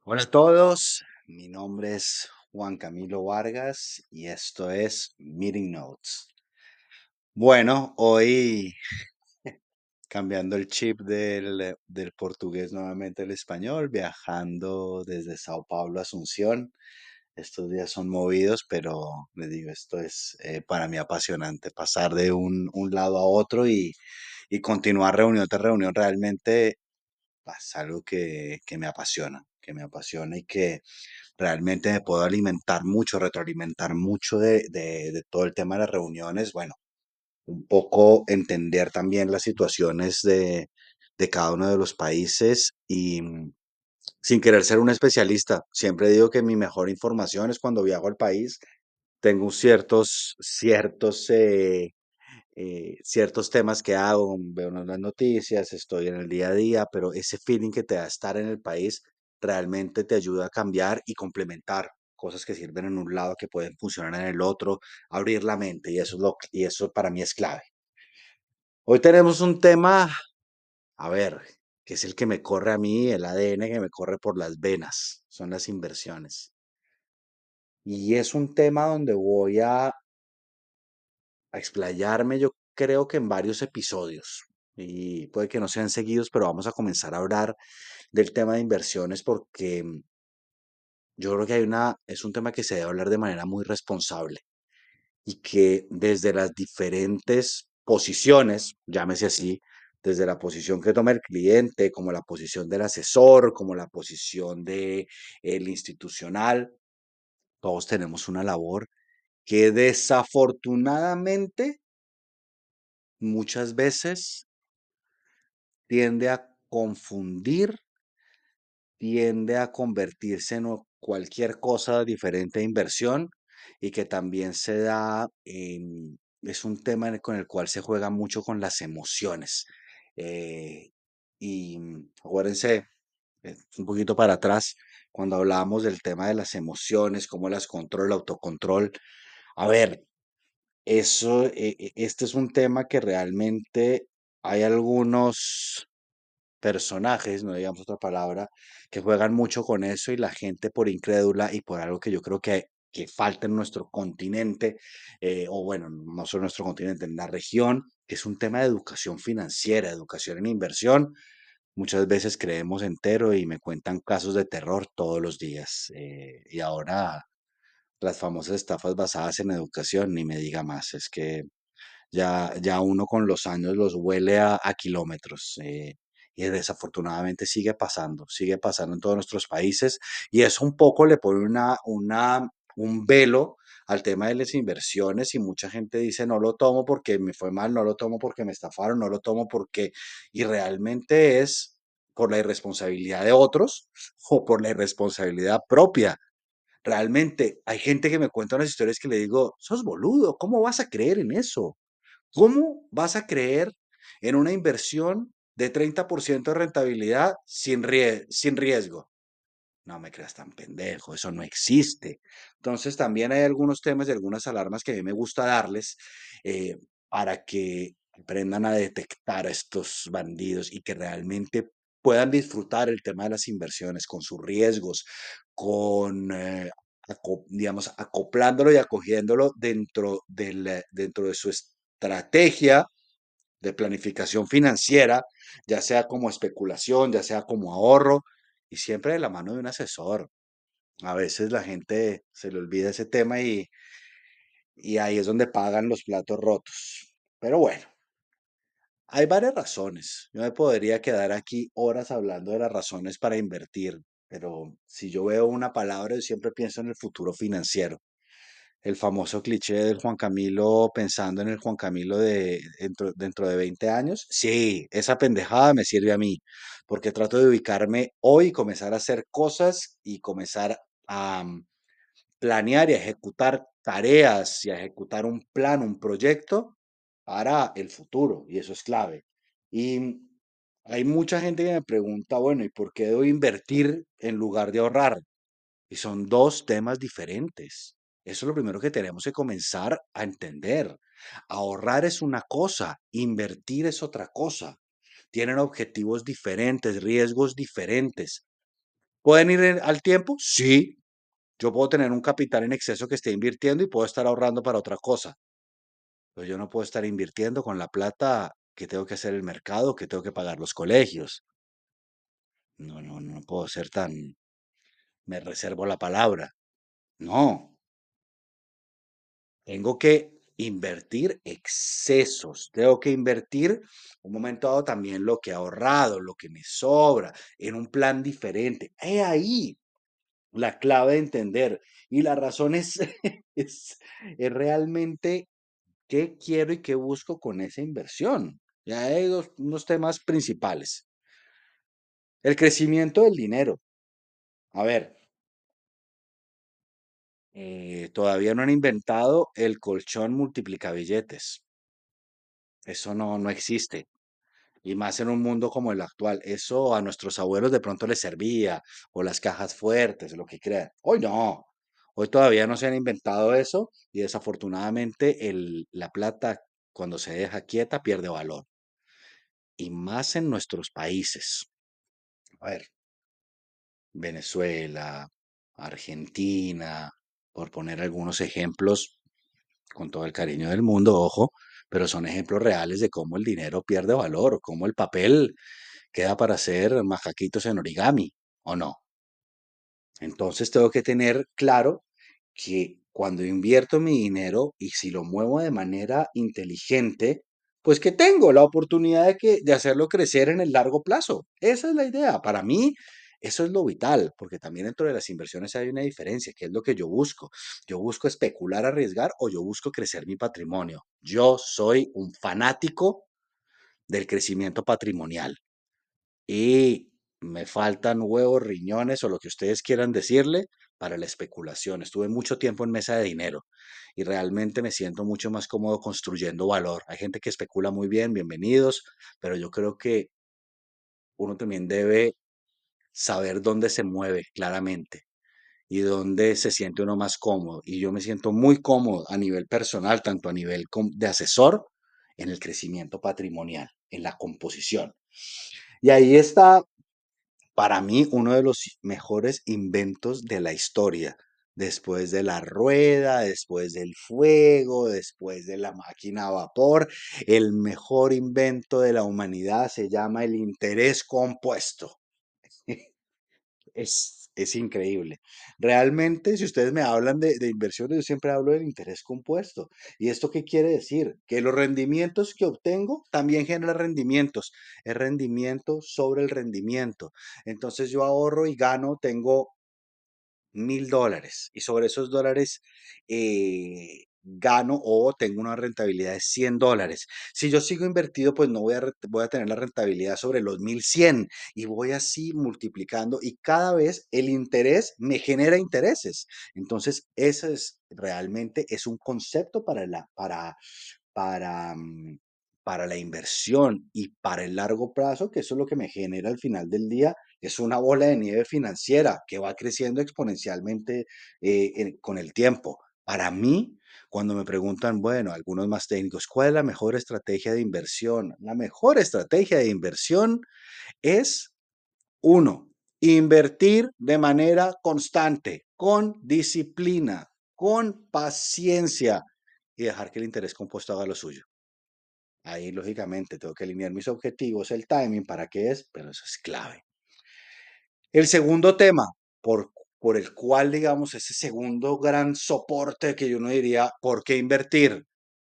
Hola a todos, mi nombre es Juan Camilo Vargas y esto es Meeting Notes. Bueno, hoy cambiando el chip del portugués nuevamente al español, viajando desde Sao Paulo a Asunción. Estos días son movidos, pero les digo, esto es para mí apasionante, pasar de un lado a otro y continuar reunión tras reunión. Realmente es algo que me apasiona y que realmente me puedo alimentar mucho, retroalimentar mucho de todo el tema de las reuniones. Bueno, un poco entender también las situaciones de cada uno de los países y sin querer ser un especialista, siempre digo que mi mejor información es cuando viajo al país. Tengo ciertos temas que hago, veo las noticias, estoy en el día a día, pero ese feeling que te da estar en el país realmente te ayuda a cambiar y complementar cosas que sirven en un lado que pueden funcionar en el otro, abrir la mente y y eso para mí es clave. Hoy tenemos un tema, a ver, que es el que me corre a mí, el ADN que me corre por las venas, son las inversiones. Y es un tema donde voy a explayarme, yo creo que en varios episodios, y puede que no sean seguidos, pero vamos a comenzar a hablar del tema de inversiones porque yo creo que es un tema que se debe hablar de manera muy responsable y que desde las diferentes posiciones, llámese así, desde la posición que toma el cliente, como la posición del asesor, como la posición de el institucional, todos tenemos una labor que desafortunadamente muchas veces tiende a confundir, tiende a convertirse en cualquier cosa diferente a inversión y que también es un tema con el cual se juega mucho con las emociones. Eh, Acuérdense, un poquito para atrás, cuando hablábamos del tema de las emociones, cómo las controla, el autocontrol. A ver, este es un tema que realmente hay algunos personajes, no digamos otra palabra, que juegan mucho con eso y la gente por incrédula y por algo que yo creo que falta en nuestro continente, o bueno, no solo en nuestro continente, en la región, que es un tema de educación financiera, educación en inversión. Muchas veces creemos entero y me cuentan casos de terror todos los días. Y ahora las famosas estafas basadas en educación, ni me diga más, es que ya uno con los años los huele a kilómetros. Y desafortunadamente sigue pasando en todos nuestros países y eso un poco le pone un velo al tema de las inversiones y mucha gente dice no lo tomo porque me fue mal, no lo tomo porque me estafaron, no lo tomo porque... Y realmente es por la irresponsabilidad de otros o por la irresponsabilidad propia. Realmente hay gente que me cuenta unas historias que le digo, sos boludo, ¿cómo vas a creer en eso? ¿Cómo vas a creer en una inversión de 30% de rentabilidad sin riesgo? No me creas tan pendejo, eso no existe. Entonces también hay algunos temas y algunas alarmas que a mí me gusta darles eh, para que aprendan a detectar a estos bandidos y que realmente puedan disfrutar el tema de las inversiones con sus riesgos, digamos, acoplándolo y acogiéndolo dentro de su estrategia de planificación financiera, ya sea como especulación, ya sea como ahorro, y siempre de la mano de un asesor. A veces la gente se le olvida ese tema y ahí es donde pagan los platos rotos. Pero bueno, hay varias razones. Yo me podría quedar aquí horas hablando de las razones para invertir, pero si yo veo una palabra, yo siempre pienso en el futuro financiero. El famoso cliché del Juan Camilo pensando en el Juan Camilo de dentro de 20 años. Sí, esa pendejada me sirve a mí, porque trato de ubicarme hoy y comenzar a hacer cosas y comenzar a planear y a ejecutar tareas y a ejecutar un plan, un proyecto para el futuro, y eso es clave. Y hay mucha gente que me pregunta, bueno, ¿y por qué debo invertir en lugar de ahorrar? Y son dos temas diferentes. Eso es lo primero que tenemos que comenzar a entender. Ahorrar es una cosa, invertir es otra cosa. Tienen objetivos diferentes, riesgos diferentes. ¿Pueden ir al tiempo? Sí. Yo puedo tener un capital en exceso que esté invirtiendo y puedo estar ahorrando para otra cosa. Pero yo no puedo estar invirtiendo con la plata que tengo que hacer el mercado, que tengo que pagar los colegios. No, no, no puedo ser tan, me reservo la palabra. No, tengo que invertir excesos. Tengo que invertir un momento dado también lo que he ahorrado, lo que me sobra, en un plan diferente. He ahí la clave de entender. Y la razón es, es realmente qué quiero y qué busco con esa inversión. Ya hay unos temas principales. El crecimiento del dinero. A ver, todavía no han inventado el colchón multiplicabilletes. Eso no existe. Y más en un mundo como el actual. Eso a nuestros abuelos de pronto les servía, o las cajas fuertes, lo que crean. Hoy no. Hoy todavía no se han inventado eso y desafortunadamente la plata cuando se deja quieta pierde valor. Y más en nuestros países. A ver, Venezuela, Argentina, por poner algunos ejemplos, con todo el cariño del mundo, ojo, pero son ejemplos reales de cómo el dinero pierde valor, cómo el papel queda para hacer macaquitos en origami, ¿o no? Entonces tengo que tener claro que cuando invierto mi dinero y si lo muevo de manera inteligente, pues que tengo la oportunidad de hacerlo crecer en el largo plazo. Esa es la idea. Para mí, eso es lo vital, porque también dentro de las inversiones hay una diferencia, que es lo que yo busco. Yo busco especular, arriesgar o yo busco crecer mi patrimonio. Yo soy un fanático del crecimiento patrimonial y me faltan huevos, riñones o lo que ustedes quieran decirle para la especulación. Estuve mucho tiempo en mesa de dinero y realmente me siento mucho más cómodo construyendo valor. Hay gente que especula muy bien, bienvenidos, pero yo creo que uno también debe saber dónde se mueve claramente y dónde se siente uno más cómodo. Y yo me siento muy cómodo a nivel personal, tanto a nivel de asesor, en el crecimiento patrimonial, en la composición. Y ahí está para mí, uno de los mejores inventos de la historia, después de la rueda, después del fuego, después de la máquina a vapor, el mejor invento de la humanidad se llama el interés compuesto. Es increíble. Realmente, si ustedes me hablan de inversiones, yo siempre hablo del interés compuesto. ¿Y esto qué quiere decir? Que los rendimientos que obtengo también generan rendimientos. Es rendimiento sobre el rendimiento. Entonces yo ahorro y gano, tengo $1000 y sobre esos dólares gano o tengo una rentabilidad de $100. Si yo sigo invertido, pues no voy a tener la rentabilidad sobre los 1100 y voy así multiplicando y cada vez el interés me genera intereses. Entonces, ese es realmente es un concepto para la inversión y para el largo plazo, que eso es lo que me genera al final del día, es una bola de nieve financiera que va creciendo exponencialmente con el tiempo. Para mí, cuando me preguntan, bueno, algunos más técnicos, ¿cuál es la mejor estrategia de inversión? La mejor estrategia de inversión es, uno, invertir de manera constante, con disciplina, con paciencia y dejar que el interés compuesto haga lo suyo. Ahí, lógicamente, tengo que alinear mis objetivos, el timing, para qué es, pero eso es clave. El segundo tema, por el cual, digamos, ese segundo gran soporte que yo no diría, ¿por qué invertir?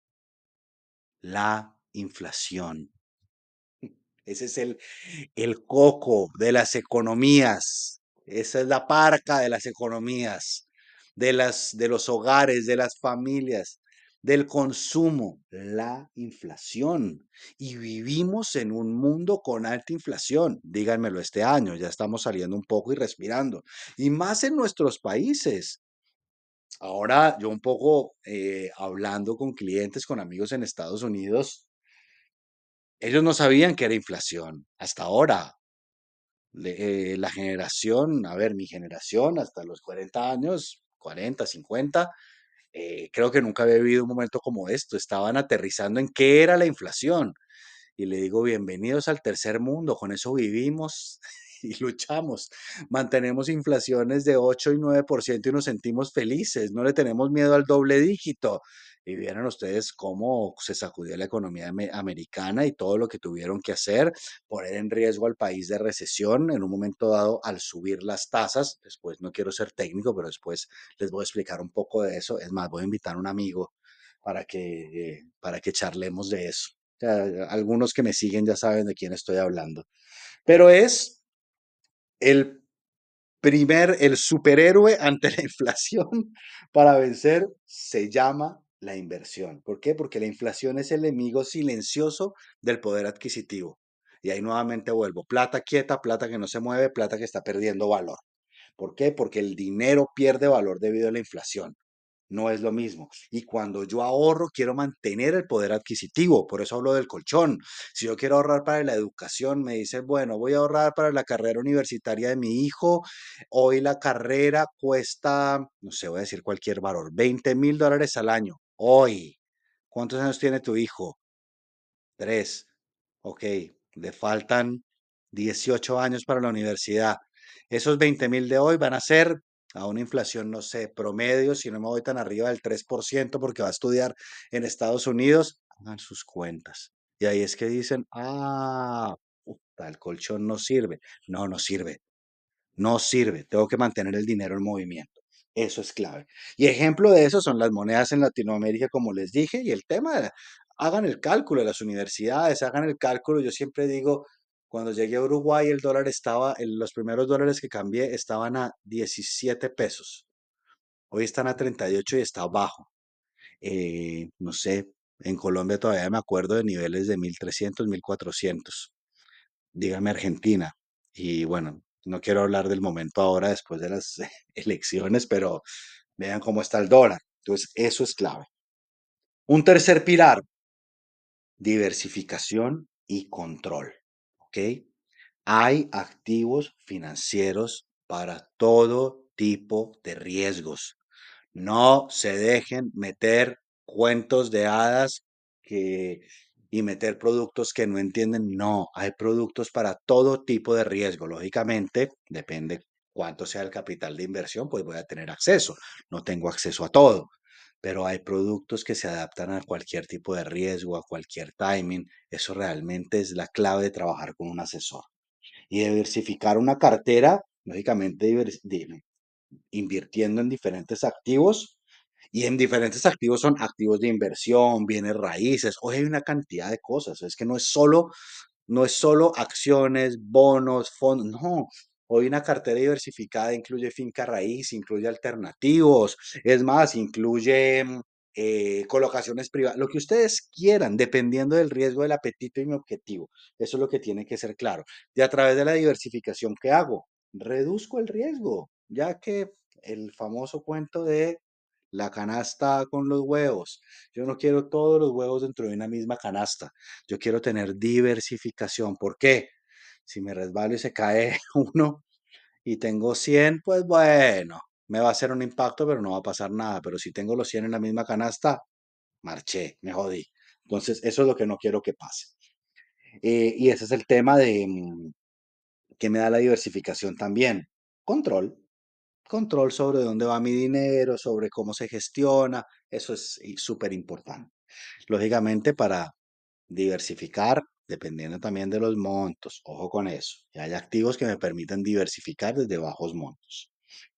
La inflación. Ese es el coco de las economías. Esa es la parca de las economías, de los hogares, de las familias, del consumo, la inflación. Y vivimos en un mundo con alta inflación. Díganmelo este año, ya estamos saliendo un poco y respirando. Y más en nuestros países. Ahora yo un poco hablando con clientes, con amigos en Estados Unidos, ellos no sabían que era inflación hasta ahora. La generación, a ver, mi generación hasta los 40 años, 40, 50, creo que nunca había vivido un momento como esto. Estaban aterrizando en qué era la inflación. Y le digo, bienvenidos al tercer mundo, con eso vivimos y luchamos. Mantenemos inflaciones de 8 y 9% y nos sentimos felices, no le tenemos miedo al doble dígito. Y vieron ustedes cómo se sacudió la economía americana y todo lo que tuvieron que hacer, poner en riesgo al país de recesión en un momento dado al subir las tasas. Después, no quiero ser técnico, pero después les voy a explicar un poco de eso. Es más, voy a invitar a un amigo para que charlemos de eso. O sea, algunos que me siguen ya saben de quién estoy hablando. Pero es el el superhéroe ante la inflación para vencer se llama la inversión. ¿Por qué? Porque la inflación es el enemigo silencioso del poder adquisitivo. Y ahí nuevamente vuelvo, plata quieta, plata que no se mueve, plata que está perdiendo valor. ¿Por qué? Porque el dinero pierde valor debido a la inflación. No es lo mismo. Y cuando yo ahorro, quiero mantener el poder adquisitivo. Por eso hablo del colchón. Si yo quiero ahorrar para la educación, me dicen, bueno, voy a ahorrar para la carrera universitaria de mi hijo. Hoy la carrera cuesta, no sé, voy a decir cualquier valor, $20,000 al año. Hoy. ¿Cuántos años tiene tu hijo? 3. Ok, le faltan 18 años para la universidad. Esos 20,000 de hoy van a ser a una inflación, no sé, promedio, si no me voy tan arriba del 3% porque va a estudiar en Estados Unidos, hagan sus cuentas. Y ahí es que dicen, puta, el colchón no sirve. No, no sirve. No sirve, tengo que mantener el dinero en movimiento. Eso es clave. Y ejemplo de eso son las monedas en Latinoamérica, como les dije, y el tema, hagan el cálculo de las universidades, hagan el cálculo. Yo siempre digo, cuando llegué a Uruguay, el dólar estaba, los primeros dólares que cambié estaban a 17 pesos. Hoy están a 38 y está bajo. No sé, en Colombia todavía me acuerdo de niveles de 1.300, 1.400. Dígame Argentina. Y bueno, no quiero hablar del momento ahora después de las elecciones, pero vean cómo está el dólar. Entonces, eso es clave. Un tercer pilar, diversificación y control. ¿Ok? Hay activos financieros para todo tipo de riesgos. No se dejen meter cuentos de hadas que, y meter productos que no entienden. No, hay productos para todo tipo de riesgo. Lógicamente, depende cuánto sea el capital de inversión, pues voy a tener acceso. No tengo acceso a todo, pero hay productos que se adaptan a cualquier tipo de riesgo, a cualquier timing. Eso realmente es la clave de trabajar con un asesor. Y diversificar una cartera, lógicamente invirtiendo en diferentes activos y en diferentes activos son activos de inversión, bienes raíces. Hoy hay una cantidad de cosas. Es que no es solo acciones, bonos, fondos. No. Hoy una cartera diversificada incluye finca raíz, incluye alternativos. Es más, incluye colocaciones privadas. Lo que ustedes quieran, dependiendo del riesgo, del apetito y mi objetivo. Eso es lo que tiene que ser claro. Y a través de la diversificación que hago, reduzco el riesgo, ya que el famoso cuento de la canasta con los huevos. Yo no quiero todos los huevos dentro de una misma canasta. Yo quiero tener diversificación. ¿Por qué? Si me resbalo y se cae uno y tengo 100, pues bueno, me va a hacer un impacto, pero no va a pasar nada. Pero si tengo los 100 en la misma canasta, marché, me jodí. Entonces, eso es lo que no quiero que pase. Y ese es el tema de que me da la diversificación también. Control. Control sobre dónde va mi dinero, sobre cómo se gestiona. Eso es súper importante. Lógicamente, para diversificar, dependiendo también de los montos, ojo con eso. Y hay activos que me permiten diversificar desde bajos montos.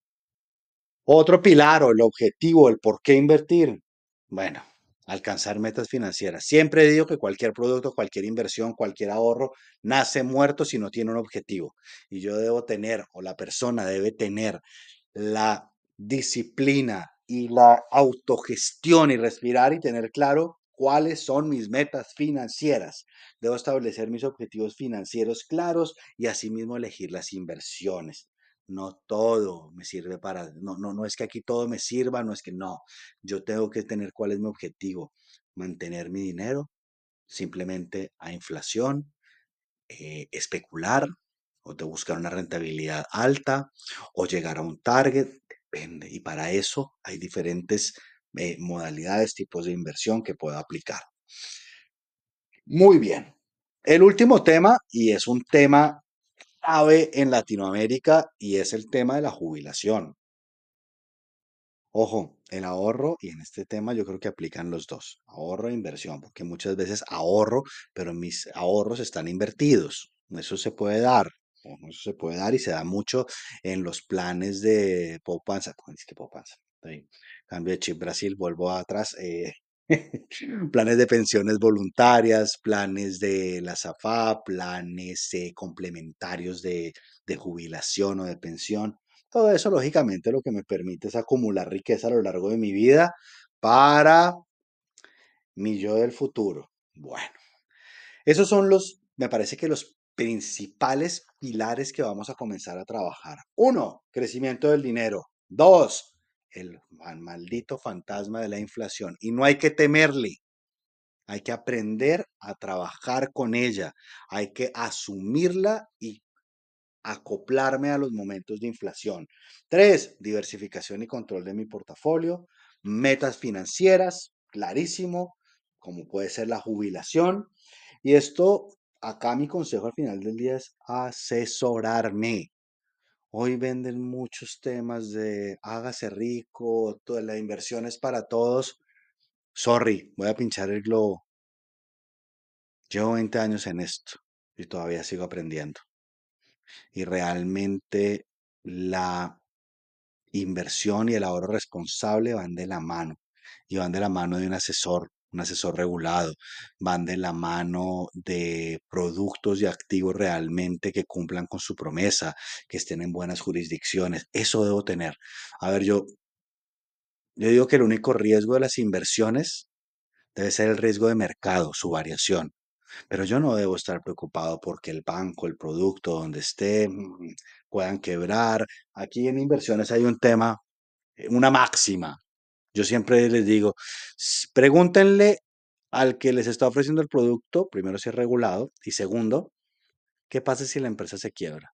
Otro pilar o el objetivo, el por qué invertir. Bueno, alcanzar metas financieras. Siempre digo que cualquier producto, cualquier inversión, cualquier ahorro nace muerto si no tiene un objetivo. Y yo debo tener, o la persona debe tener la disciplina y la autogestión y respirar y tener claro cuáles son mis metas financieras. Debo establecer mis objetivos financieros claros y asimismo elegir las inversiones. No todo me sirve para, no es que aquí todo me sirva, no es que no. Yo tengo que tener cuál es mi objetivo. Mantener mi dinero simplemente a inflación, especular o de buscar una rentabilidad alta o llegar a un target, depende. Y para eso hay diferentes modalidades, tipos de inversión que puedo aplicar. Muy bien. El último tema, y es un tema clave en Latinoamérica, y es el tema de la jubilación. Ojo, el ahorro, y en este tema yo creo que aplican los dos, ahorro e inversión, porque muchas veces ahorro, pero mis ahorros están invertidos. Eso se puede dar, ojo, eso se puede dar y se da mucho en los planes de Poupanza. Es que Poupanza, ahí, cambio de chip Brasil, vuelvo atrás. Planes de pensiones voluntarias, planes de la SAFA, planes complementarios de jubilación o de pensión. Todo eso, lógicamente, lo que me permite es acumular riqueza a lo largo de mi vida para mi yo del futuro. Bueno, esos son me parece que los principales pilares que vamos a comenzar a trabajar. Uno, crecimiento del dinero. Dos, el maldito fantasma de la inflación. Y no hay que temerle, hay que aprender a trabajar con ella, hay que asumirla y acoplarme a los momentos de inflación. Tres, diversificación y control de mi portafolio. Metas financieras, clarísimo, como puede ser la jubilación. Y esto, acá mi consejo al final del día es asesorarme. Hoy venden muchos temas de hágase rico, toda la inversión es para todos. Sorry, voy a pinchar el globo. Llevo 20 años en esto y todavía sigo aprendiendo. Y realmente la inversión y el ahorro responsable van de la mano y van de la mano de un asesor regulado, van de la mano de productos y activos realmente que cumplan con su promesa, que estén en buenas jurisdicciones. Eso debo tener. A ver, yo digo que el único riesgo de las inversiones debe ser el riesgo de mercado, su variación. Pero yo no debo estar preocupado porque el banco, el producto donde esté, puedan quebrar. Aquí en inversiones hay un tema, una máxima. Yo siempre les digo, pregúntenle al que les está ofreciendo el producto, primero si es regulado y segundo, ¿qué pasa si la empresa se quiebra?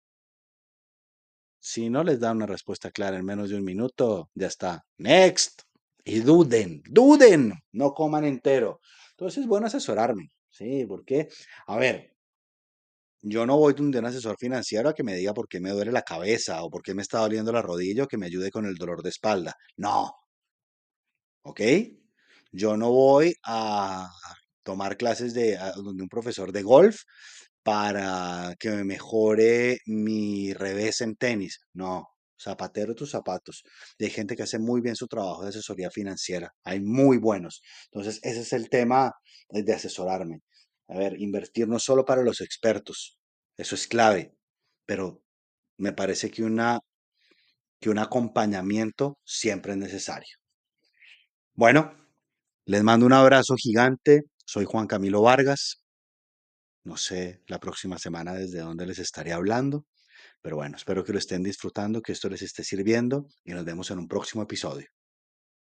Si no les da una respuesta clara en menos de un minuto, ya está. Next. Y duden, no coman entero. Entonces es bueno asesorarme, ¿sí? Porque, a ver, yo no voy donde un asesor financiero a que me diga por qué me duele la cabeza o por qué me está doliendo la rodilla o que me ayude con el dolor de espalda. No, ¿ok? Yo no voy a tomar clases donde un profesor de golf para que me mejore mi revés en tenis. No, zapatero tus zapatos. Y hay gente que hace muy bien su trabajo de asesoría financiera. Hay muy buenos. Entonces, ese es el tema de asesorarme. A ver, invertir no solo para los expertos. Eso es clave. Pero me parece que un acompañamiento siempre es necesario. Bueno, les mando un abrazo gigante. Soy Juan Camilo Vargas. No sé la próxima semana desde dónde les estaré hablando, pero bueno, espero que lo estén disfrutando, que esto les esté sirviendo y nos vemos en un próximo episodio.